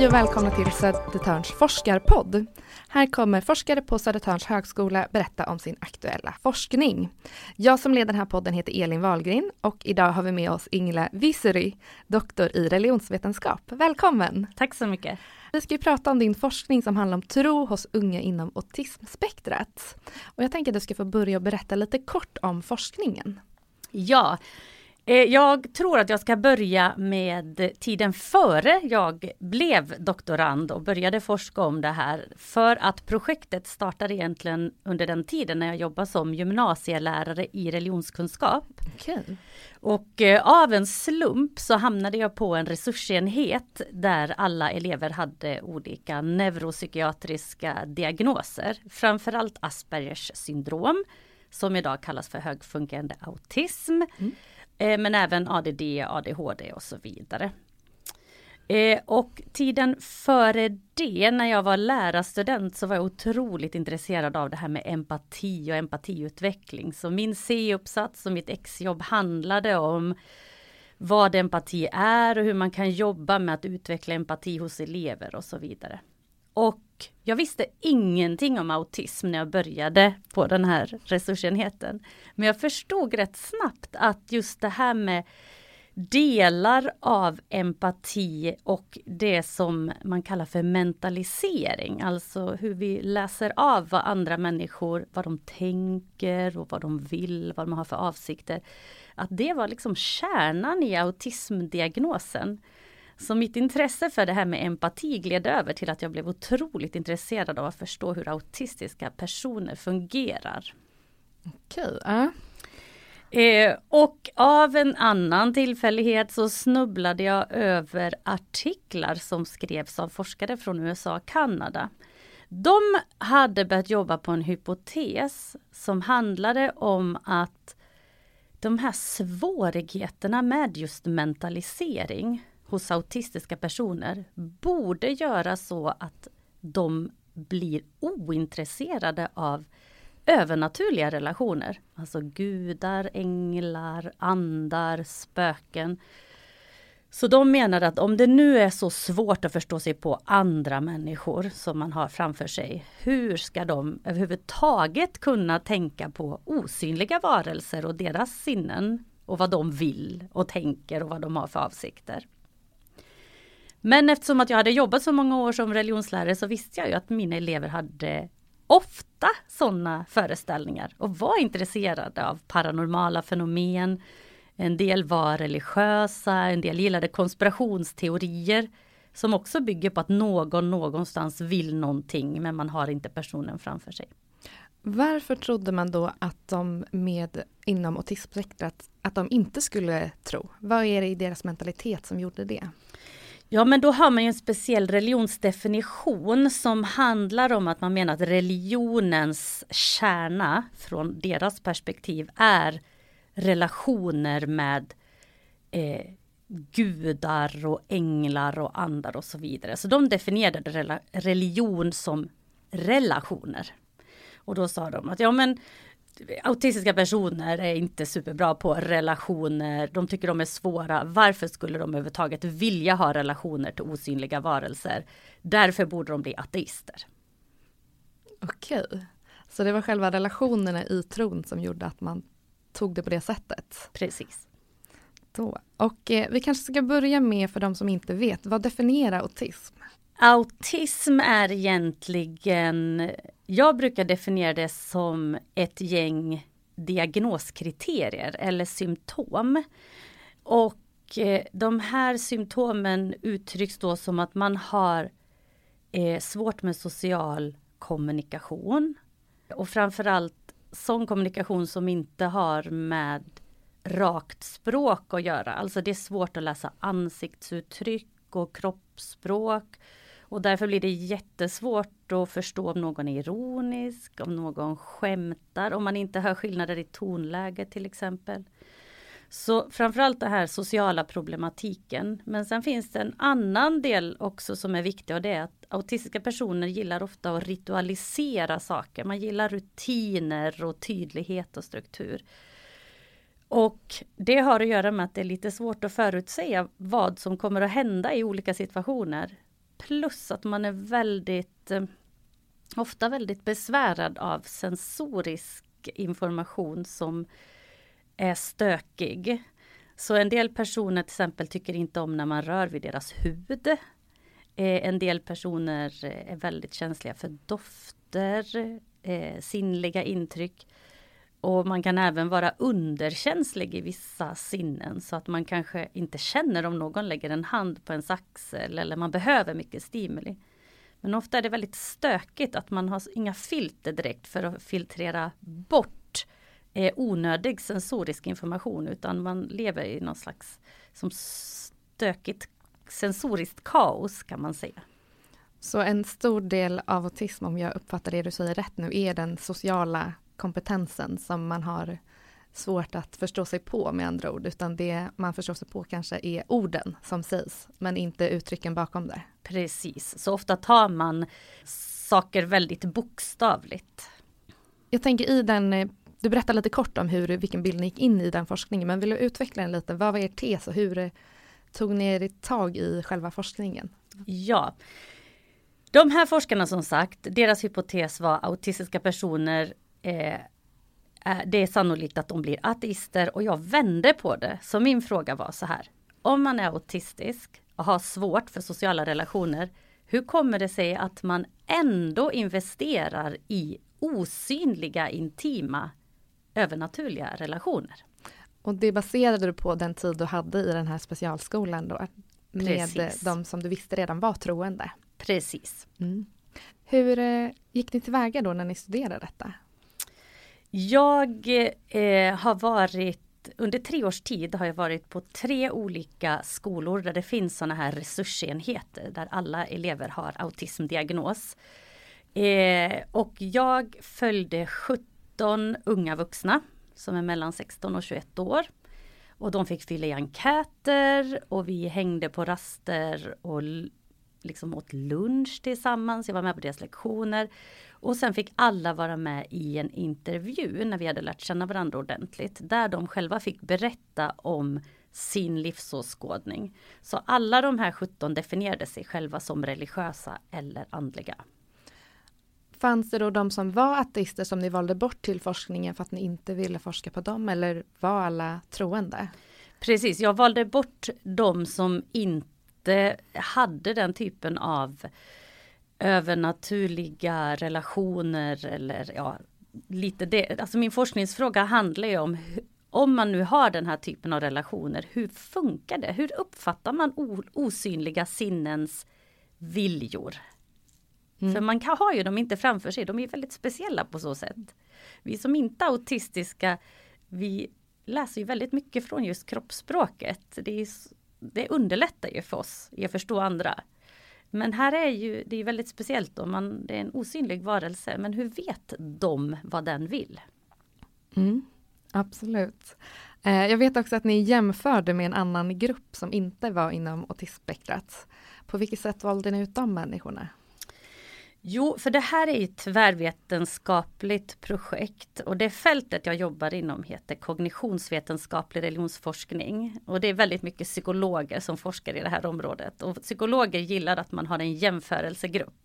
Hej och välkomna till Södertörns forskarpodd. Här kommer forskare på Södertörns högskola berätta om sin aktuella forskning. Jag som leder den här podden heter Elin Wahlgren och idag har vi med oss Ingela Visuri, doktor i religionsvetenskap. Välkommen! Tack så mycket. Vi ska ju prata om din forskning som handlar om tro hos unga inom autismspektrat. Och jag tänker att du ska få börja och berätta lite kort om forskningen. Ja, jag tror att jag ska börja med tiden före jag blev doktorand och började forska om det här. För att projektet startade egentligen under den tiden när jag jobbade som gymnasielärare i religionskunskap. Okay. Och av en slump så hamnade jag på en resursenhet där alla elever hade olika neuropsykiatriska diagnoser. Framförallt Aspergers syndrom som idag kallas för högfungerande autism. Men även ADD, ADHD och så vidare. Och tiden före det, när jag var lärarstudent, så var jag otroligt intresserad av det här med empati och empatiutveckling. Så min C-uppsats och mitt exjobb handlade om vad empati är och hur man kan jobba med att utveckla empati hos elever och så vidare. Och jag visste ingenting om autism när jag började på den här resursenheten. Men jag förstod rätt snabbt att just det här med delar av empati och det som man kallar för mentalisering, alltså hur vi läser av vad andra människor, vad de tänker och vad de vill, vad de har för avsikter, att det var liksom kärnan i autismdiagnosen. Så mitt intresse för det här med empati gled över till att jag blev otroligt intresserad av att förstå hur autistiska personer fungerar. Okej. Och av en annan tillfällighet så snubblade jag över artiklar som skrevs av forskare från USA och Kanada. De hade börjat jobba på en hypotes som handlade om att de här svårigheterna med just mentalisering hos autistiska personer borde göra så att de blir ointresserade av övernaturliga relationer. Alltså gudar, änglar, andar, spöken. Så de menar att om det nu är så svårt att förstå sig på andra människor som man har framför sig, hur ska de överhuvudtaget kunna tänka på osynliga varelser och deras sinnen och vad de vill och tänker och vad de har för avsikter? Men eftersom att jag hade jobbat så många år som religionslärare så visste jag ju att mina elever hade ofta sådana föreställningar och var intresserade av paranormala fenomen. En del var religiösa, en del gillade konspirationsteorier som också bygger på att någon någonstans vill någonting men man har inte personen framför sig. Varför trodde man då att de inom autismspektrat att de inte skulle tro? Vad är det i deras mentalitet som gjorde det? Ja, men då har man ju en speciell religionsdefinition som handlar om att man menar att religionens kärna från deras perspektiv är relationer med gudar och änglar och andar och så vidare. Så de definierade religion som relationer. Och då sa de att autistiska personer är inte superbra på relationer. De tycker de är svåra. Varför skulle de överhuvudtaget vilja ha relationer till osynliga varelser? Därför borde de bli ateister. Okej. Så det var själva relationerna i tron som gjorde att man tog det på det sättet? Precis. Och vi kanske ska börja med, för de som inte vet, vad definierar autism? Autism är egentligen, jag brukar definiera det som ett gäng diagnoskriterier eller symptom. Och de här symptomen uttrycks då som att man har svårt med social kommunikation. Och framförallt sån kommunikation som inte har med rakt språk att göra. Alltså det är svårt att läsa ansiktsuttryck och kroppsspråk. Och därför blir det jättesvårt att förstå om någon är ironisk, om någon skämtar, om man inte hör skillnader i tonläge till exempel. Så framförallt det här sociala problematiken. Men sen finns det en annan del också som är viktig, och det är att autistiska personer gillar ofta att ritualisera saker. Man gillar rutiner och tydlighet och struktur. Och det har att göra med att det är lite svårt att förutsäga vad som kommer att hända i olika situationer. plus att man är ofta väldigt besvärad av sensorisk information som är stökig. Så en del personer till exempel tycker inte om när man rör vid deras hud. En del personer är väldigt känsliga för dofter, sinnliga intryck. Och man kan även vara underkänslig i vissa sinnen, så att man kanske inte känner om någon lägger en hand på ens axel eller man behöver mycket stimuli. Men ofta är det väldigt stökigt att man har inga filter direkt för att filtrera bort onödig sensorisk information, utan man lever i någon slags som stökigt sensoriskt kaos, kan man säga. Så en stor del av autism, om jag uppfattar det du säger rätt nu, är den sociala kompetensen som man har svårt att förstå sig på, med andra ord, utan det man förstår sig på kanske är orden som sägs, men inte uttrycken bakom det. Precis, så ofta tar man saker väldigt bokstavligt. Jag tänker du berättar lite kort om vilken bild ni gick in i den forskningen, men vill du utveckla den lite? Vad var er tes och hur tog ni er tag i själva forskningen? Ja, de här forskarna som sagt, deras hypotes var autistiska personer, det är sannolikt att de blir ateister, och jag vände på det. Så min fråga var så här: om man är autistisk och har svårt för sociala relationer, hur kommer det sig att man ändå investerar i osynliga, intima, övernaturliga relationer? Och det baserade du på den tid du hade i den här specialskolan då? Med de som du visste redan var troende? Precis. Mm. Hur gick ni tillväga då när ni studerade detta? Jag har under 3 års tid har jag varit på 3 olika skolor där det finns sådana här resursenheter där alla elever har autismdiagnos. Och jag följde 17 unga vuxna som är mellan 16 och 21 år. Och de fick fylla i enkäter och vi hängde på raster och liksom åt lunch tillsammans. Jag var med på deras lektioner. Och sen fick alla vara med i en intervju när vi hade lärt känna varandra ordentligt. Där de själva fick berätta om sin livsåskådning. Så alla de här 17 definierade sig själva som religiösa eller andliga. Fanns det då de som var ateister som ni valde bort till forskningen för att ni inte ville forska på dem, eller var alla troende? Precis, jag valde bort de som inte hade den typen av övernaturliga relationer eller lite det. Alltså min forskningsfråga handlar ju om man nu har den här typen av relationer, hur funkar det? Hur uppfattar man osynliga sinnens viljor? För man har ju dem inte framför sig, de är väldigt speciella på så sätt. Vi som inte är autistiska, vi läser ju väldigt mycket från just kroppsspråket. Det underlättar ju för oss i att förstå andra. Men här är det är väldigt speciellt då, det är en osynlig varelse, men hur vet de vad den vill? Absolut. Jag vet också att ni jämförde med en annan grupp som inte var inom autismspektrat. På vilket sätt valde ni ut de människorna? Jo, för det här är ett tvärvetenskapligt projekt och det fältet jag jobbar inom heter kognitionsvetenskaplig religionsforskning. Och det är väldigt mycket psykologer som forskar i det här området. Och psykologer gillar att man har en jämförelsegrupp.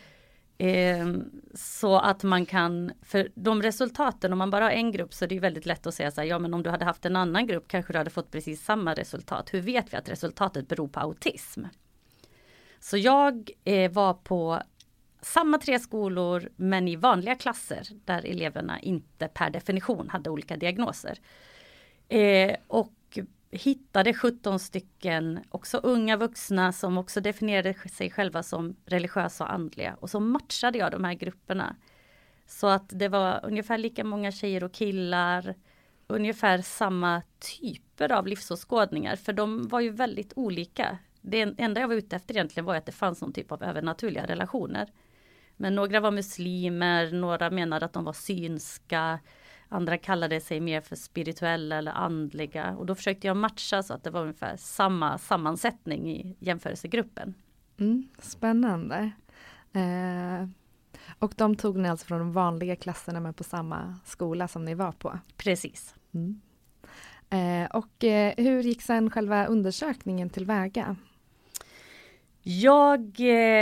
Så att man kan, för de resultaten, om man bara har en grupp så är det ju väldigt lätt att säga så här, ja men om du hade haft en annan grupp kanske du hade fått precis samma resultat. Hur vet vi att resultatet beror på autism? Så jag var på samma 3 skolor men i vanliga klasser där eleverna inte per definition hade olika diagnoser. Och hittade 17 stycken också unga vuxna som också definierade sig själva som religiösa och andliga. Och så matchade jag de här grupperna. Så att det var ungefär lika många tjejer och killar. Ungefär samma typer av livsåskådningar. För de var ju väldigt olika. Det enda jag var ute efter egentligen var att det fanns någon typ av övernaturliga relationer. Men några var muslimer, några menade att de var synska. Andra kallade sig mer för spirituella eller andliga. Och då försökte jag matcha så att det var ungefär samma sammansättning i jämförelsegruppen. Spännande. Och de tog ni alltså från de vanliga klasserna men på samma skola som ni var på? Precis. Och hur gick sen själva undersökningen tillväga? Jag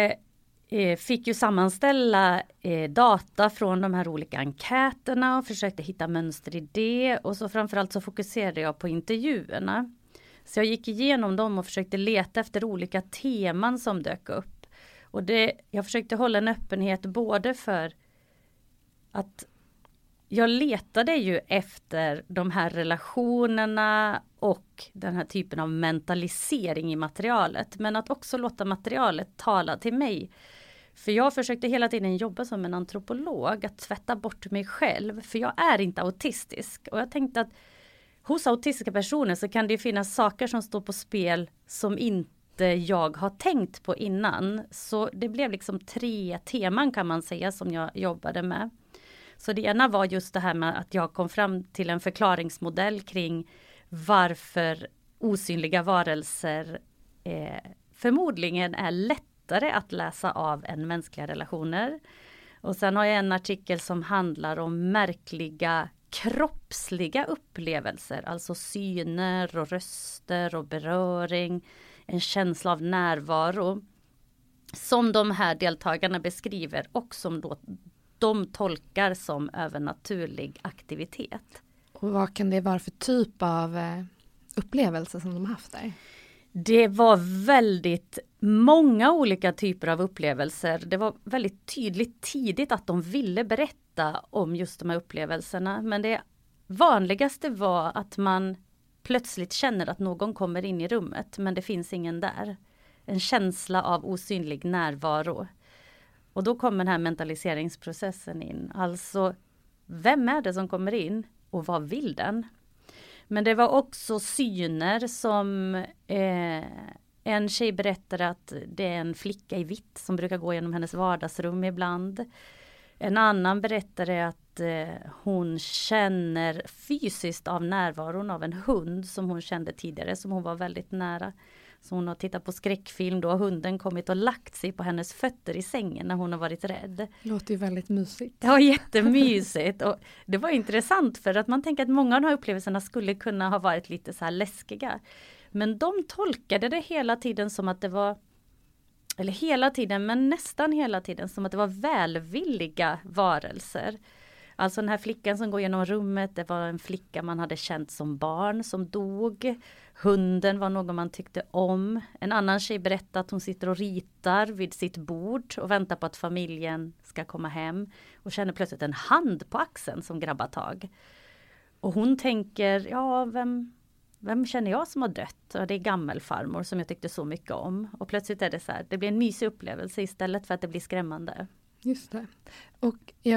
fick ju sammanställa data från de här olika enkäterna och försökte hitta mönster i det. Och så framförallt så fokuserade jag på intervjuerna. Så jag gick igenom dem och försökte leta efter olika teman som dök upp. Och jag försökte hålla en öppenhet både för att jag letade ju efter de här relationerna och den här typen av mentalisering i materialet. Men att också låta materialet tala till mig. För jag försökte hela tiden jobba som en antropolog, att tvätta bort mig själv. För jag är inte autistisk. Och jag tänkte att hos autistiska personer så kan det finnas saker som står på spel som inte jag har tänkt på innan. Så det blev liksom 3 teman kan man säga som jag jobbade med. Så det ena var just det här med att jag kom fram till en förklaringsmodell kring varför osynliga varelser förmodligen är lättare att läsa av än mänskliga relationer. Och sen har jag en artikel som handlar om märkliga kroppsliga upplevelser, alltså syner och röster och beröring, en känsla av närvaro som de här deltagarna beskriver och som då de tolkar som övernaturlig aktivitet. Och vad kan det vara för typ av upplevelser som de har haft där? Det var väldigt många olika typer av upplevelser. Det var väldigt tydligt tidigt att de ville berätta om just de här upplevelserna. Men det vanligaste var att man plötsligt känner att någon kommer in i rummet men det finns ingen där. En känsla av osynlig närvaro. Och då kommer den här mentaliseringsprocessen in. Alltså, vem är det som kommer in och vad vill den? Men det var också syner som en tjej berättade att det är en flicka i vitt som brukar gå genom hennes vardagsrum ibland. En annan berättade att hon känner fysiskt av närvaron av en hund som hon kände tidigare, som hon var väldigt nära. Så hon har tittat på skräckfilm, då har hunden kommit och lagt sig på hennes fötter i sängen när hon har varit rädd. Låter ju väldigt mysigt. Ja, jättemysigt. Och det var intressant för att man tänker att många av de här upplevelserna skulle kunna ha varit lite så här läskiga. Men de tolkade det hela tiden som att det var, eller hela tiden, men nästan hela tiden som att det var välvilliga varelser. Alltså den här flickan som går genom rummet, det var en flicka man hade känt som barn som dog. Hunden var någon man tyckte om. En annan tjej berättade att hon sitter och ritar vid sitt bord och väntar på att familjen ska komma hem. Och känner plötsligt en hand på axeln som grabbar tag. Och hon tänker, ja vem känner jag som har dött? Och det är gammelfarmor som jag tyckte så mycket om. Och plötsligt är det så här, det blir en mysig upplevelse istället för att det blir skrämmande. Just det. Och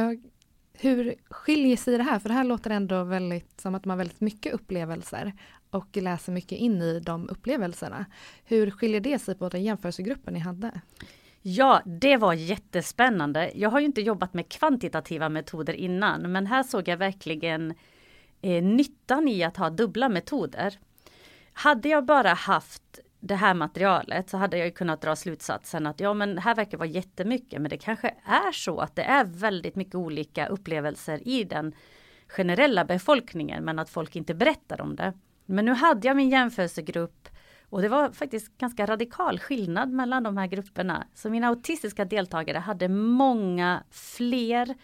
hur skiljer sig det här? För det här låter ändå väldigt som att man har väldigt mycket upplevelser och läser mycket in i de upplevelserna. Hur skiljer det sig på den jämförelsegruppen ni hade? Ja, det var jättespännande. Jag har ju inte jobbat med kvantitativa metoder innan, men här såg jag verkligen nyttan i att ha dubbla metoder. Hade jag bara haft det här materialet så hade jag kunnat dra slutsatsen att ja, men här verkar vara jättemycket, men det kanske är så att det är väldigt mycket olika upplevelser i den generella befolkningen, men att folk inte berättar om det. Men nu hade jag min jämförelsegrupp och det var faktiskt ganska radikal skillnad mellan de här grupperna. Så mina autistiska deltagare hade många fler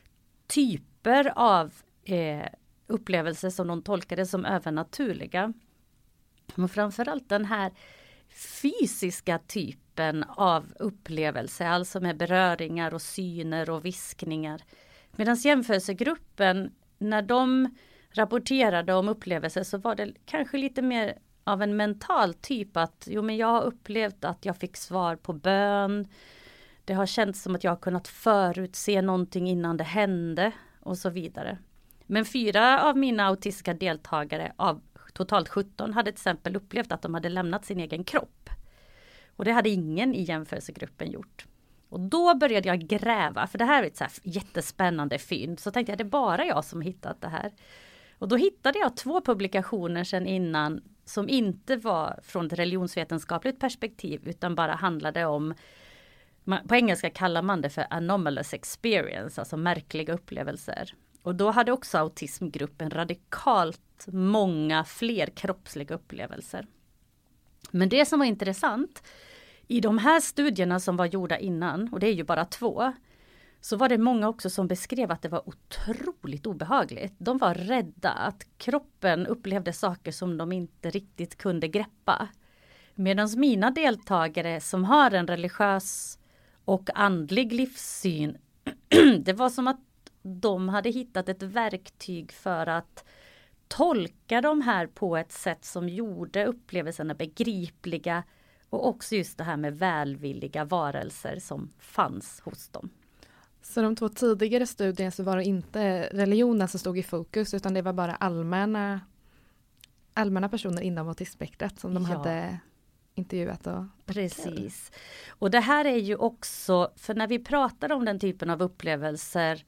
typer av upplevelser som de tolkade som övernaturliga. Och framförallt den här fysiska typen av upplevelse, alltså med beröringar och syner och viskningar. Medan jämförelsegruppen, när de rapporterade om upplevelser så var det kanske lite mer av en mental typ att men jag har upplevt att jag fick svar på bön. Det har känts som att jag har kunnat förutse någonting innan det hände och så vidare. Men 4 av mina autistiska deltagare av totalt 17 hade till exempel upplevt att de hade lämnat sin egen kropp. Och det hade ingen i jämförelsegruppen gjort. Och då började jag gräva, för det här är ett så här jättespännande fynd. Så tänkte jag, det är bara jag som hittat det här. Och då hittade jag 2 publikationer sedan innan som inte var från ett religionsvetenskapligt perspektiv utan bara handlade om, på engelska kallar man det för anomalous experience, alltså märkliga upplevelser. Och då hade också autismgruppen radikalt många fler kroppsliga upplevelser. Men det som var intressant I de här studierna som var gjorda innan, och det är ju bara 2, så var det många också som beskrev att det var otroligt obehagligt. De var rädda att kroppen upplevde saker som de inte riktigt kunde greppa. Medan mina deltagare som har en religiös och andlig livssyn, det var som att de hade hittat ett verktyg för att tolka de här på ett sätt som gjorde upplevelserna begripliga, och också just det här med välvilliga varelser som fanns hos dem. Så de 2 tidigare studierna så var det inte religionen som stod i fokus, utan det var bara allmänna personer inom autismspektrat som de hade intervjuat. Precis. Och det här är ju också, för när vi pratar om den typen av upplevelser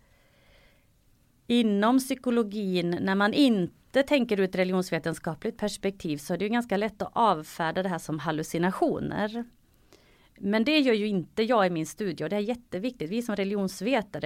inom psykologin, när man inte tänker ur ett religionsvetenskapligt perspektiv, så är det ju ganska lätt att avfärda det här som hallucinationer. Men det gör ju inte jag i min studie, och det är jätteviktigt. Vi som religionsvetare,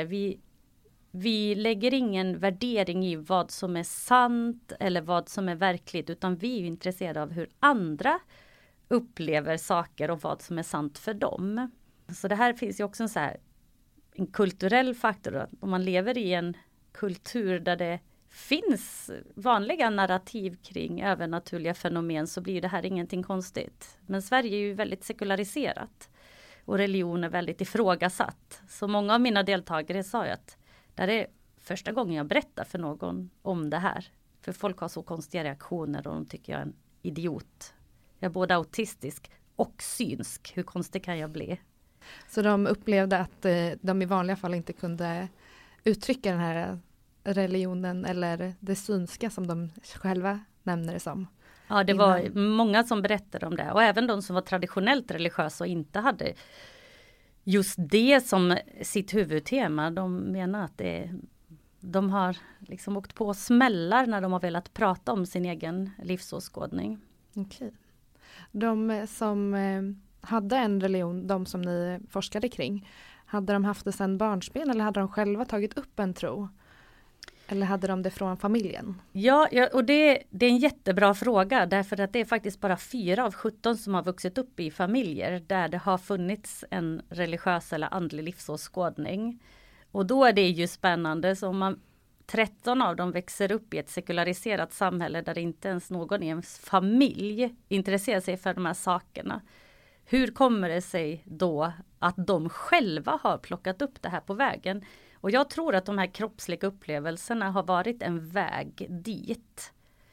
vi lägger ingen värdering i vad som är sant eller vad som är verkligt, utan vi är intresserade av hur andra upplever saker och vad som är sant för dem. Så det här finns ju också en kulturell faktor. Att om man lever i en kultur där det finns vanliga narrativ kring övernaturliga fenomen, så blir det här ingenting konstigt. Men Sverige är ju väldigt sekulariserat och religion är väldigt ifrågasatt. Så många av mina deltagare sa ju att det här är första gången jag berättar för någon om det här. För folk har så konstiga reaktioner och de tycker jag är en idiot. Jag är både autistisk och synsk. Hur konstig kan jag bli? Så de upplevde att de i vanliga fall inte kunde uttrycka den här religionen eller det synska som de själva nämner det som. Ja, det var många som berättade om det. Och även de som var traditionellt religiösa och inte hade just det som sitt huvudtema. De menar att de har liksom åkt på smällar när de har velat prata om sin egen livsåskådning. Okej. De som hade en religion, de som ni forskade kring, hade de haft det sedan barnsben eller hade de själva tagit upp en tro? Eller hade de det från familjen? Ja, och det är en jättebra fråga, därför att det är faktiskt bara 4 av 17 som har vuxit upp i familjer där det har funnits en religiös eller andlig livsåskådning. Och då är det ju spännande, så om 13 av dem växer upp i ett sekulariserat samhälle där inte ens någon i ens familj intresserar sig för de här sakerna. Hur kommer det sig då att de själva har plockat upp det här på vägen? Och jag tror att de här kroppsliga upplevelserna har varit en väg dit.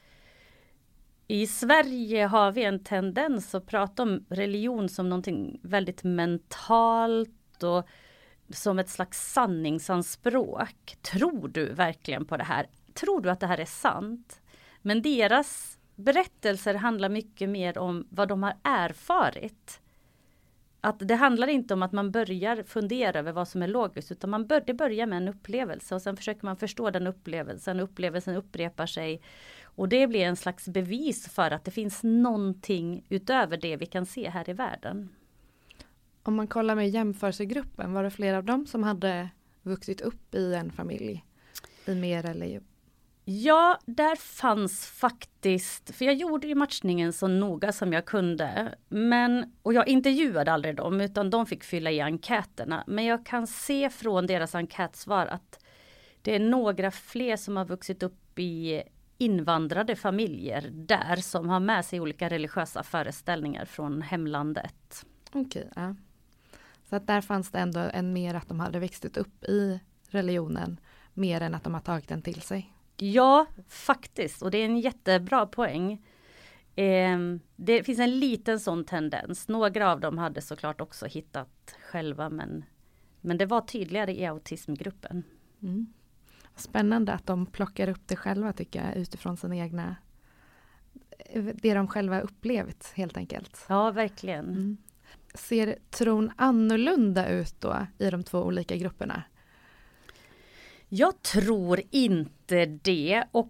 I Sverige har vi en tendens att prata om religion som någonting väldigt mentalt och som ett slags sanningsanspråk. Tror du verkligen på det här? Tror du att det här är sant? Men deras berättelser handlar mycket mer om vad de har erfarit. Att det handlar inte om att man börjar fundera över vad som är logiskt, utan det börjar med en upplevelse och sen försöker man förstå den upplevelsen. Upplevelsen upprepar sig och det blir en slags bevis för att det finns någonting utöver det vi kan se här i världen. Om man kollar med jämförelsegruppen, var det flera av dem som hade vuxit upp i en familj i mer eller? Ja, där fanns faktiskt, för jag gjorde ju matchningen så noga som jag kunde, och jag intervjuade aldrig dem utan de fick fylla i enkäterna. Men jag kan se från deras enkätsvar att det är några fler som har vuxit upp i invandrade familjer där som har med sig olika religiösa föreställningar från hemlandet. Okej, ja. Så att där fanns det ändå en mer att de hade växt upp i religionen mer än att de har tagit den till sig. Ja, faktiskt. Och det är en jättebra poäng. Det finns en liten sån tendens. Några av dem hade såklart också hittat själva, men det var tydligare i autismgruppen. Mm. Spännande att de plockar upp det själva tycker jag, utifrån sina egna, det de själva upplevt helt enkelt. Ja, verkligen. Mm. Ser tron annorlunda ut då i de 2 olika grupperna? Jag tror inte det, och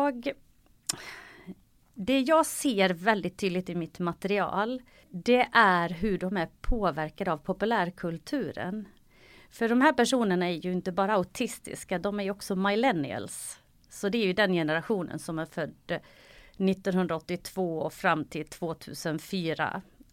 det jag ser väldigt tydligt i mitt material, det är hur de är påverkade av populärkulturen. För de här personerna är ju inte bara autistiska, de är ju också millennials. Så det är ju den generationen som är född 1982 och fram till 2004.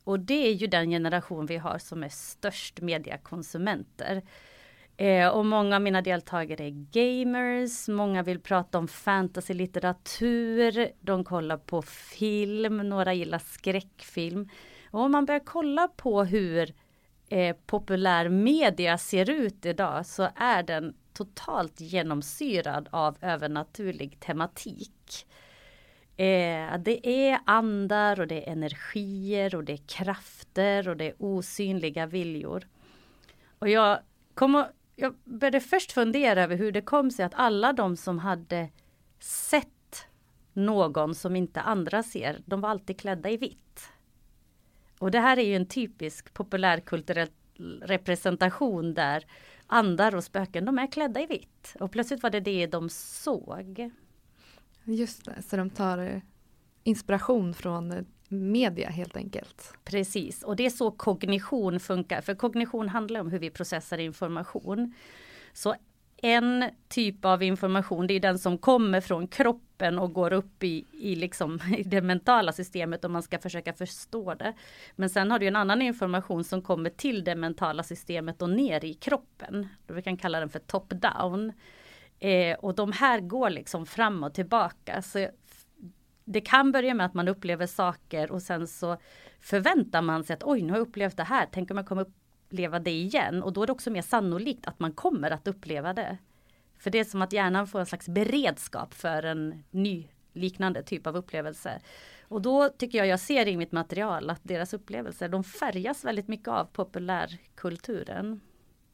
Och det är ju den generation vi har som är störst mediekonsumenter. Och många av mina deltagare är gamers, många vill prata om fantasy-litteratur, de kollar på film, några gillar skräckfilm. Och om man börjar kolla på hur populär media ser ut idag så är den totalt genomsyrad av övernaturlig tematik. Det är andar och det är energier och det är krafter och det är osynliga viljor. Och jag började först fundera över hur det kom sig att alla de som hade sett någon som inte andra ser, de var alltid klädda i vitt. Och det här är ju en typisk populärkulturell representation där andar och spöken, de är klädda i vitt. Och plötsligt var det de såg. Just det, så de tar inspiration från media helt enkelt. Precis, och det är så kognition funkar. För kognition handlar om hur vi processar information. Så en typ av information, det är den som kommer från kroppen och går upp i det mentala systemet om man ska försöka förstå det. Men sen har du en annan information som kommer till det mentala systemet och ner i kroppen. Vi kan kalla den för top-down. Och de här går liksom fram och tillbaka. Så det kan börja med att man upplever saker och sen så förväntar man sig att oj, nu har jag upplevt det här. Tänk om jag kommer uppleva det igen. Och då är det också mer sannolikt att man kommer att uppleva det. För det är som att hjärnan får en slags beredskap för en ny liknande typ av upplevelse. Och då tycker jag ser i mitt material att deras upplevelser, de färgas väldigt mycket av populärkulturen.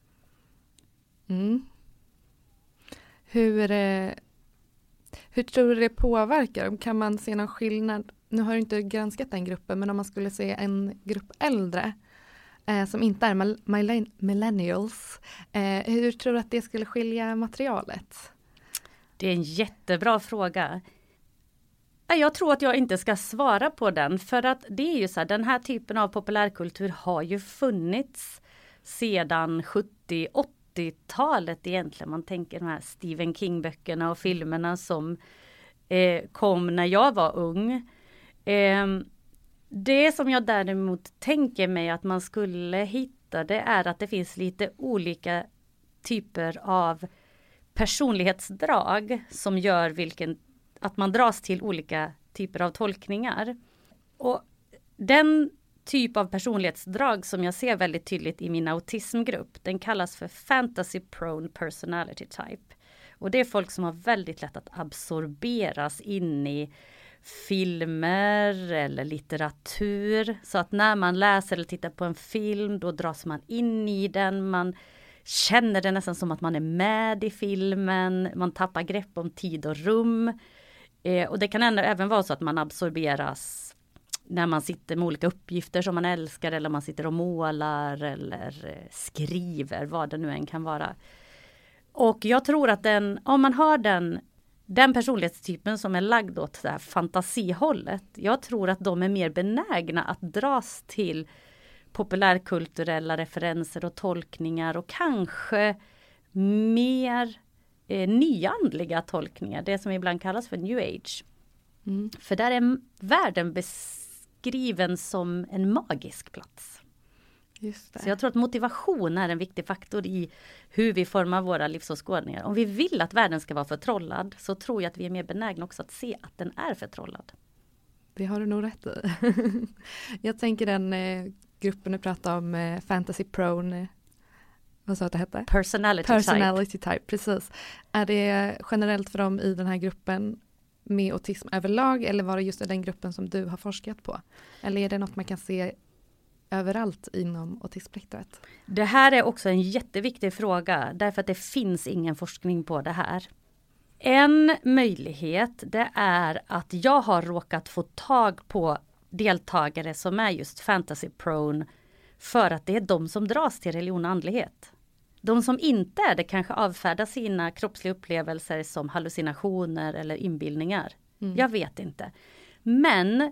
Mm. Hur tror du det påverkar? Kan man se någon skillnad? Nu har du inte granskat den gruppen, men om man skulle se en grupp äldre som inte är millennials, hur tror du att det skulle skilja materialet? Det är en jättebra fråga. Jag tror att jag inte ska svara på den, för att det är ju så här, den här typen av populärkultur har ju funnits sedan 70-80-talet egentligen. Man tänker de här Stephen King-böckerna och filmerna som kom när jag var ung. Det som jag däremot tänker mig att man skulle hitta, det är att det finns lite olika typer av personlighetsdrag som gör att man dras till olika typer av tolkningar. Och den typ av personlighetsdrag som jag ser väldigt tydligt i min autismgrupp, den kallas för fantasy prone personality type. Och det är folk som har väldigt lätt att absorberas in i filmer eller litteratur. Så att när man läser eller tittar på en film, då dras man in i den. Man känner det nästan som att man är med i filmen. Man tappar grepp om tid och rum. Och det kan även vara så att man absorberas när man sitter med olika uppgifter som man älskar, eller man sitter och målar eller skriver, vad det nu än kan vara. Och jag tror att om man har den personlighetstypen som är lagd åt det här fantasihållet, jag tror att de är mer benägna att dras till populärkulturella referenser och tolkningar och kanske mer nyandliga tolkningar, det som ibland kallas för new age. Mm. För där är världen beskriven som en magisk plats. Just det. Så jag tror att motivation är en viktig faktor i hur vi formar våra livsåskådningar. Om vi vill att världen ska vara förtrollad, så tror jag att vi är mer benägna också att se att den är förtrollad. Det har du nog rätt i. Jag tänker den gruppen du pratar om, fantasy prone, vad sa att det hette? Personality type, precis. Är det generellt för dem i den här gruppen med autism överlag, eller var det just den gruppen som du har forskat på? Eller är det något man kan se överallt inom autismspektrat? Det här är också en jätteviktig fråga, därför att det finns ingen forskning på det här. En möjlighet, det är att jag har råkat få tag på deltagare som är just fantasy prone, för att det är de som dras till religion och andlighet. De som inte är det kanske avfärdar sina kroppsliga upplevelser som hallucinationer eller inbildningar. Jag vet inte. Men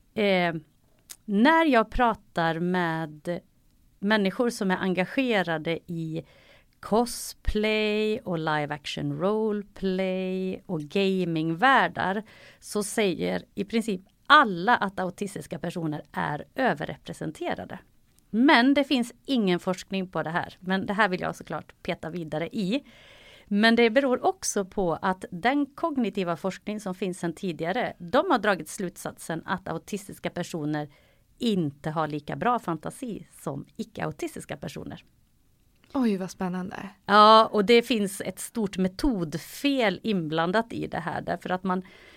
när jag pratar med människor som är engagerade i cosplay och live action roleplay och gamingvärldar, så säger i princip alla att autistiska personer är överrepresenterade. Men det finns ingen forskning på det här. Men det här vill jag såklart peta vidare i. Men det beror också på att den kognitiva forskning som finns sedan tidigare, de har dragit slutsatsen att autistiska personer inte har lika bra fantasi som icke-autistiska personer. Oj, vad spännande. Ja, och det finns ett stort metodfel inblandat i det här. Därför att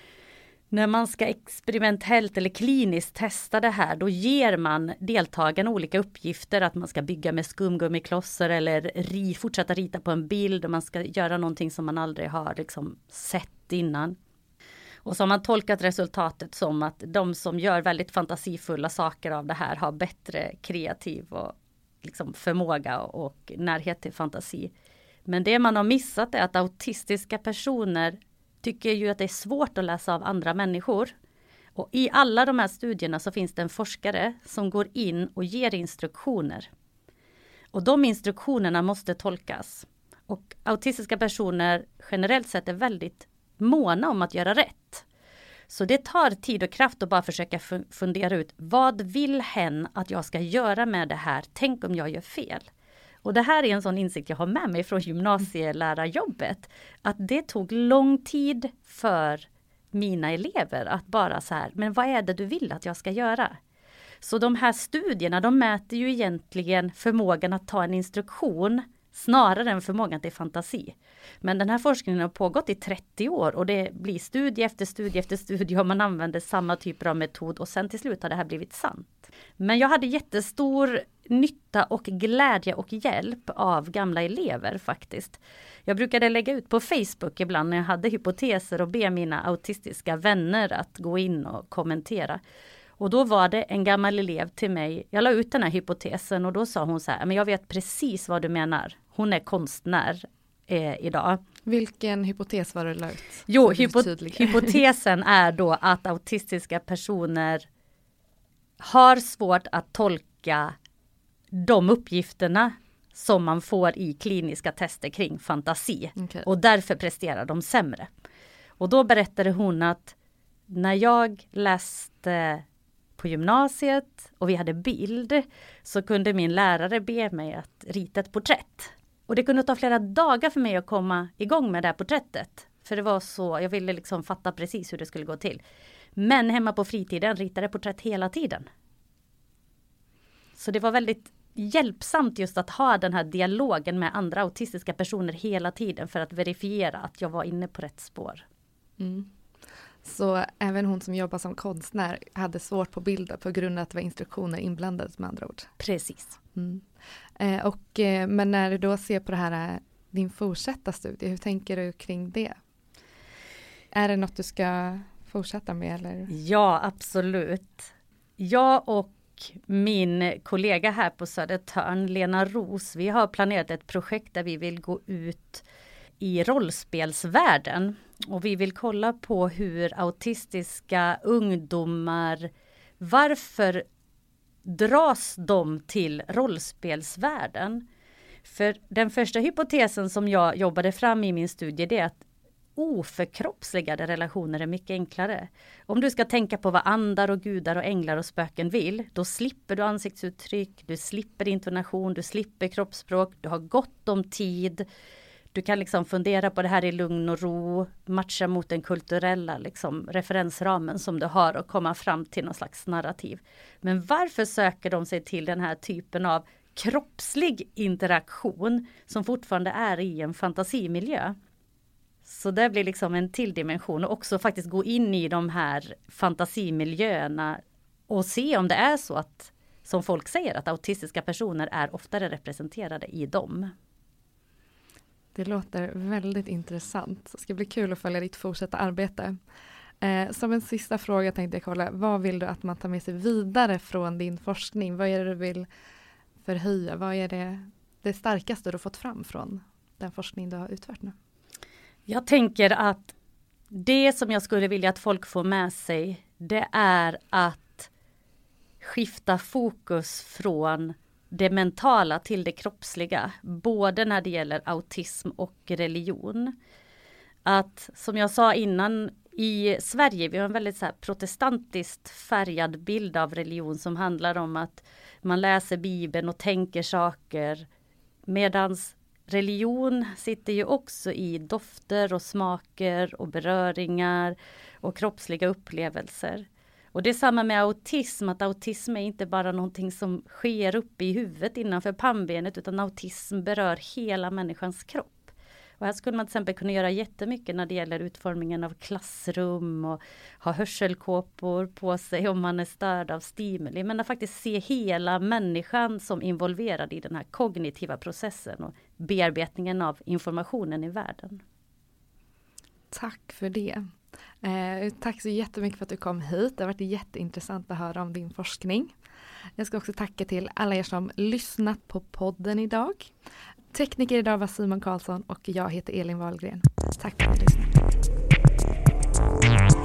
när man ska experimentellt eller kliniskt testa det här, då ger man deltagarna olika uppgifter. Att man ska bygga med skumgummiklossar eller fortsätta rita på en bild. Och man ska göra någonting som man aldrig har liksom sett innan. Och så har man tolkat resultatet som att de som gör väldigt fantasifulla saker av det här har bättre kreativ och liksom förmåga och närhet till fantasi. Men det man har missat är att autistiska personer tycker ju att det är svårt att läsa av andra människor. Och i alla de här studierna så finns det en forskare som går in och ger instruktioner. Och de instruktionerna måste tolkas. Och autistiska personer generellt sett är väldigt måna om att göra rätt. Så det tar tid och kraft att bara försöka fundera ut vad vill hen att jag ska göra med det här? Tänk om jag gör fel. Och det här är en sån insikt jag har med mig från gymnasielärarjobbet. Att det tog lång tid för mina elever att bara så här, men vad är det du vill att jag ska göra? Så de här studierna, de mäter ju egentligen förmågan att ta en instruktion snarare än förmågan till fantasi. Men den här forskningen har pågått i 30 år och det blir studie efter studie efter studie och man använder samma typer av metod och sen till slut har det här blivit sant. Men jag hade jättestor nytta och glädje och hjälp av gamla elever faktiskt. Jag brukade lägga ut på Facebook ibland när jag hade hypoteser och be mina autistiska vänner att gå in och kommentera. Och då var det en gammal elev till mig, jag la ut den här hypotesen och då sa hon så här, men jag vet precis vad du menar. Hon är konstnär idag. Vilken hypotes var det du la ut? Jo, hypotesen är då att autistiska personer har svårt att tolka de uppgifterna som man får i kliniska tester kring fantasi. Okay. Och därför presterar de sämre. Och då berättade hon att när jag läste på gymnasiet och vi hade bild så kunde min lärare be mig att rita ett porträtt. Och det kunde ta flera dagar för mig att komma igång med det här porträttet. För det var så, jag ville liksom fatta precis hur det skulle gå till. Men hemma på fritiden ritade jag porträtt hela tiden. Så det var väldigt hjälpsamt just att ha den här dialogen med andra autistiska personer hela tiden för att verifiera att jag var inne på rätt spår. Mm. Så även hon som jobbar som konstnär hade svårt på bilder på grund av att det var instruktioner inblandade med andra ord. Precis. Mm. Men när du då ser på det här, din fortsatta studie, hur tänker du kring det? Är det något du ska fortsätta med? Eller? Ja, absolut. Jag och min kollega här på Södertörn, Lena Ros, vi har planerat ett projekt där vi vill gå ut i rollspelsvärlden. Och vi vill kolla på hur autistiska ungdomar, varför dras de till rollspelsvärlden? För den första hypotesen som jag jobbade fram i min studie det är att oförkroppsligade relationer är mycket enklare. Om du ska tänka på vad andar och gudar och änglar och spöken vill, då slipper du ansiktsuttryck, du slipper intonation, du slipper kroppsspråk, du har gott om tid. Du kan liksom fundera på det här i lugn och ro, matcha mot den kulturella liksom, referensramen som du har och komma fram till någon slags narrativ. Men varför söker de sig till den här typen av kroppslig interaktion som fortfarande är i en fantasimiljö? Så det blir liksom en till dimension och också faktiskt gå in i de här fantasimiljöerna och se om det är så att, som folk säger, att autistiska personer är oftare representerade i dem. Det låter väldigt intressant. Det ska bli kul att följa ditt fortsatta arbete. Som en sista fråga tänkte jag kolla, vad vill du att man tar med sig vidare från din forskning? Vad är det du vill förhöja? Vad är det starkaste du har fått fram från den forskning du har utfört nu? Jag tänker att det som jag skulle vilja att folk får med sig, det är att skifta fokus från det mentala till det kroppsliga, både när det gäller autism och religion. Att, som jag sa innan i Sverige, vi har en väldigt så här protestantiskt färgad bild av religion som handlar om att man läser Bibeln och tänker saker. Medans religion sitter ju också i dofter och smaker och beröringar och kroppsliga upplevelser. Och det är samma med autism, att autism är inte bara någonting som sker uppe i huvudet innanför pannbenet, utan autism berör hela människans kropp. Och här skulle man till exempel kunna göra jättemycket när det gäller utformningen av klassrum och ha hörselkåpor på sig om man är störd av stimuli. Men att faktiskt se hela människan som involverad i den här kognitiva processen och bearbetningen av informationen i världen. Tack för det. Tack så jättemycket för att du kom hit. Det har varit jätteintressant att höra om din forskning. Jag ska också tacka till alla er som lyssnat på podden idag. Tekniker idag var Simon Karlsson och jag heter Elin Wahlgren. Tack för att du lyssnade.